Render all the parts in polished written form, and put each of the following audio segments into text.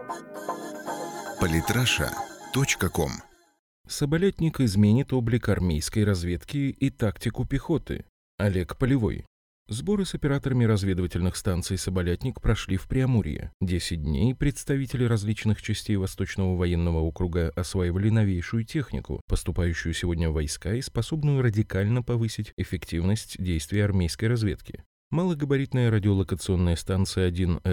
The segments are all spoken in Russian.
Политраша.ком. Соболятник изменит облик армейской разведки и тактику пехоты. Олег Полевой. Сборы с операторами разведывательных станций «Соболятник» прошли в Преамурье. 10 дней представители различных частей Восточного военного округа осваивали новейшую технику, поступающую сегодня в войска и способную радикально повысить эффективность действий армейской разведки. Малогабаритная радиолокационная станция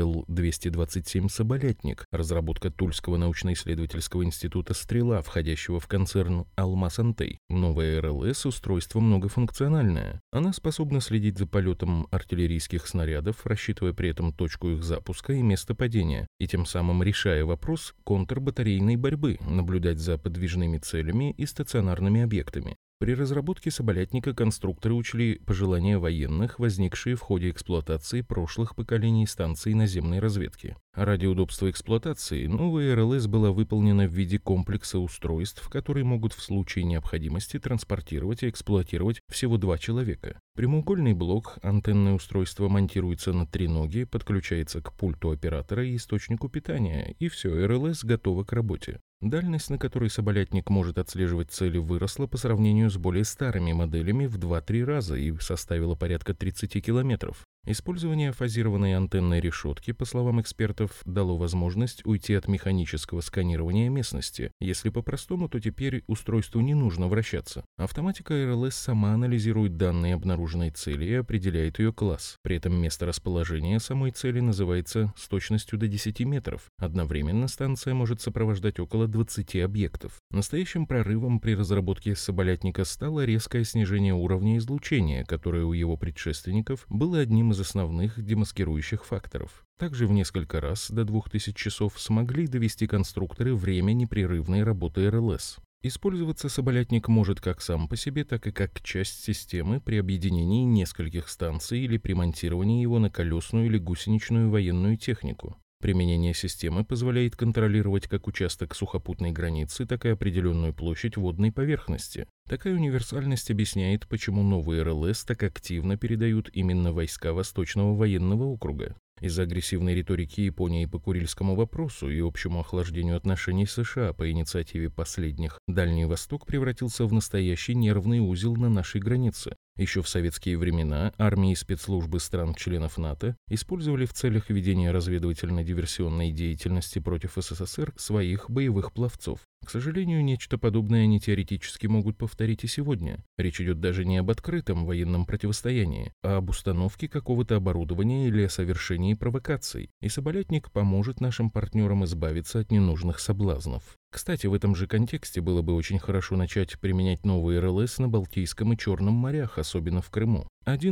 1Л-227 «Соболятник», разработка Тульского научно-исследовательского института «Стрела», входящего в концерн «Алмаз-Антей». Новая РЛС – устройство многофункциональное. Она способна следить за полетом артиллерийских снарядов, рассчитывая при этом точку их запуска и место падения, и тем самым решая вопрос контрбатарейной борьбы, наблюдать за подвижными целями и стационарными объектами. При разработке «Соболятника» конструкторы учли пожелания военных, возникшие в ходе эксплуатации прошлых поколений станций наземной разведки. Ради удобства эксплуатации новая РЛС была выполнена в виде комплекса устройств, которые могут в случае необходимости транспортировать и эксплуатировать всего 2 человека. Прямоугольный блок, антенное устройство монтируется на треноге, подключается к пульту оператора и источнику питания, и все, РЛС готова к работе. Дальность, на которой «Соболятник» может отслеживать цели, выросла по сравнению с более старыми моделями в 2-3 раза и составила порядка 30 километров. Использование фазированной антенной решетки, по словам экспертов, дало возможность уйти от механического сканирования местности. Если по-простому, то теперь устройству не нужно вращаться. Автоматика РЛС сама анализирует данные обнаруженной цели и определяет ее класс. При этом место расположения самой цели называется с точностью до 10 метров. Одновременно станция может сопровождать около 20 объектов. Настоящим прорывом при разработке «Соболятника» стало резкое снижение уровня излучения, которое у его предшественников было одним из основных демаскирующих факторов. Также в несколько раз до 2000 часов смогли довести конструкторы время непрерывной работы РЛС. Использоваться «Соболятник» может как сам по себе, так и как часть системы при объединении нескольких станций или при монтировании его на колесную или гусеничную военную технику. Применение системы позволяет контролировать как участок сухопутной границы, так и определенную площадь водной поверхности. Такая универсальность объясняет, почему новые РЛС так активно передают именно войска Восточного военного округа. Из-за агрессивной риторики Японии по Курильскому вопросу и общему охлаждению отношений США по инициативе последних, Дальний Восток превратился в настоящий нервный узел на нашей границе. Еще в советские времена армии и спецслужбы стран-членов НАТО использовали в целях ведения разведывательно-диверсионной деятельности против СССР своих боевых пловцов. К сожалению, нечто подобное они теоретически могут повторить и сегодня. Речь идет даже не об открытом военном противостоянии, а об установке какого-то оборудования или о совершении провокаций. И «Соболятник» поможет нашим партнерам избавиться от ненужных соблазнов. Кстати, в этом же контексте было бы очень хорошо начать применять новые РЛС на Балтийском и Черном морях, особенно в Крыму.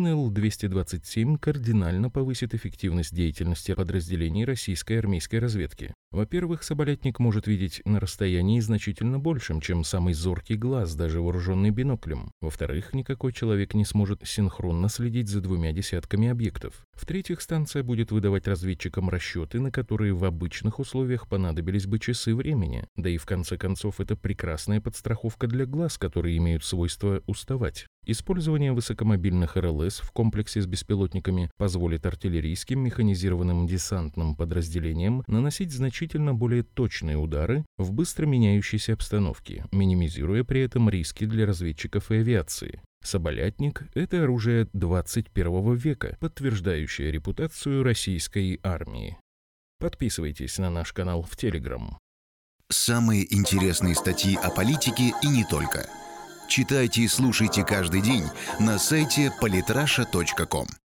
1Л-227 кардинально повысит эффективность деятельности подразделений российской армейской разведки. Во-первых, «Соболятник» может видеть на расстоянии значительно большем, чем самый зоркий глаз, даже вооруженный биноклем. Во-вторых, никакой человек не сможет синхронно следить за 2 десятками объектов. В-третьих, станция будет выдавать разведчикам расчеты, на которые в обычных условиях понадобились бы часы времени. Да и в конце концов, это прекрасная подстраховка для глаз, которые имеют свойство уставать. Использование высокомобильных РЛС в комплексе с беспилотниками позволит артиллерийским механизированным десантным подразделениям наносить значительно более точные удары в быстро меняющейся обстановке, минимизируя при этом риски для разведчиков и авиации. «Соболятник» — это оружие 21 века, подтверждающее репутацию российской армии. Подписывайтесь на наш канал в Telegram. Самые интересные статьи о политике и не только. Читайте и слушайте каждый день на сайте politrasha.com.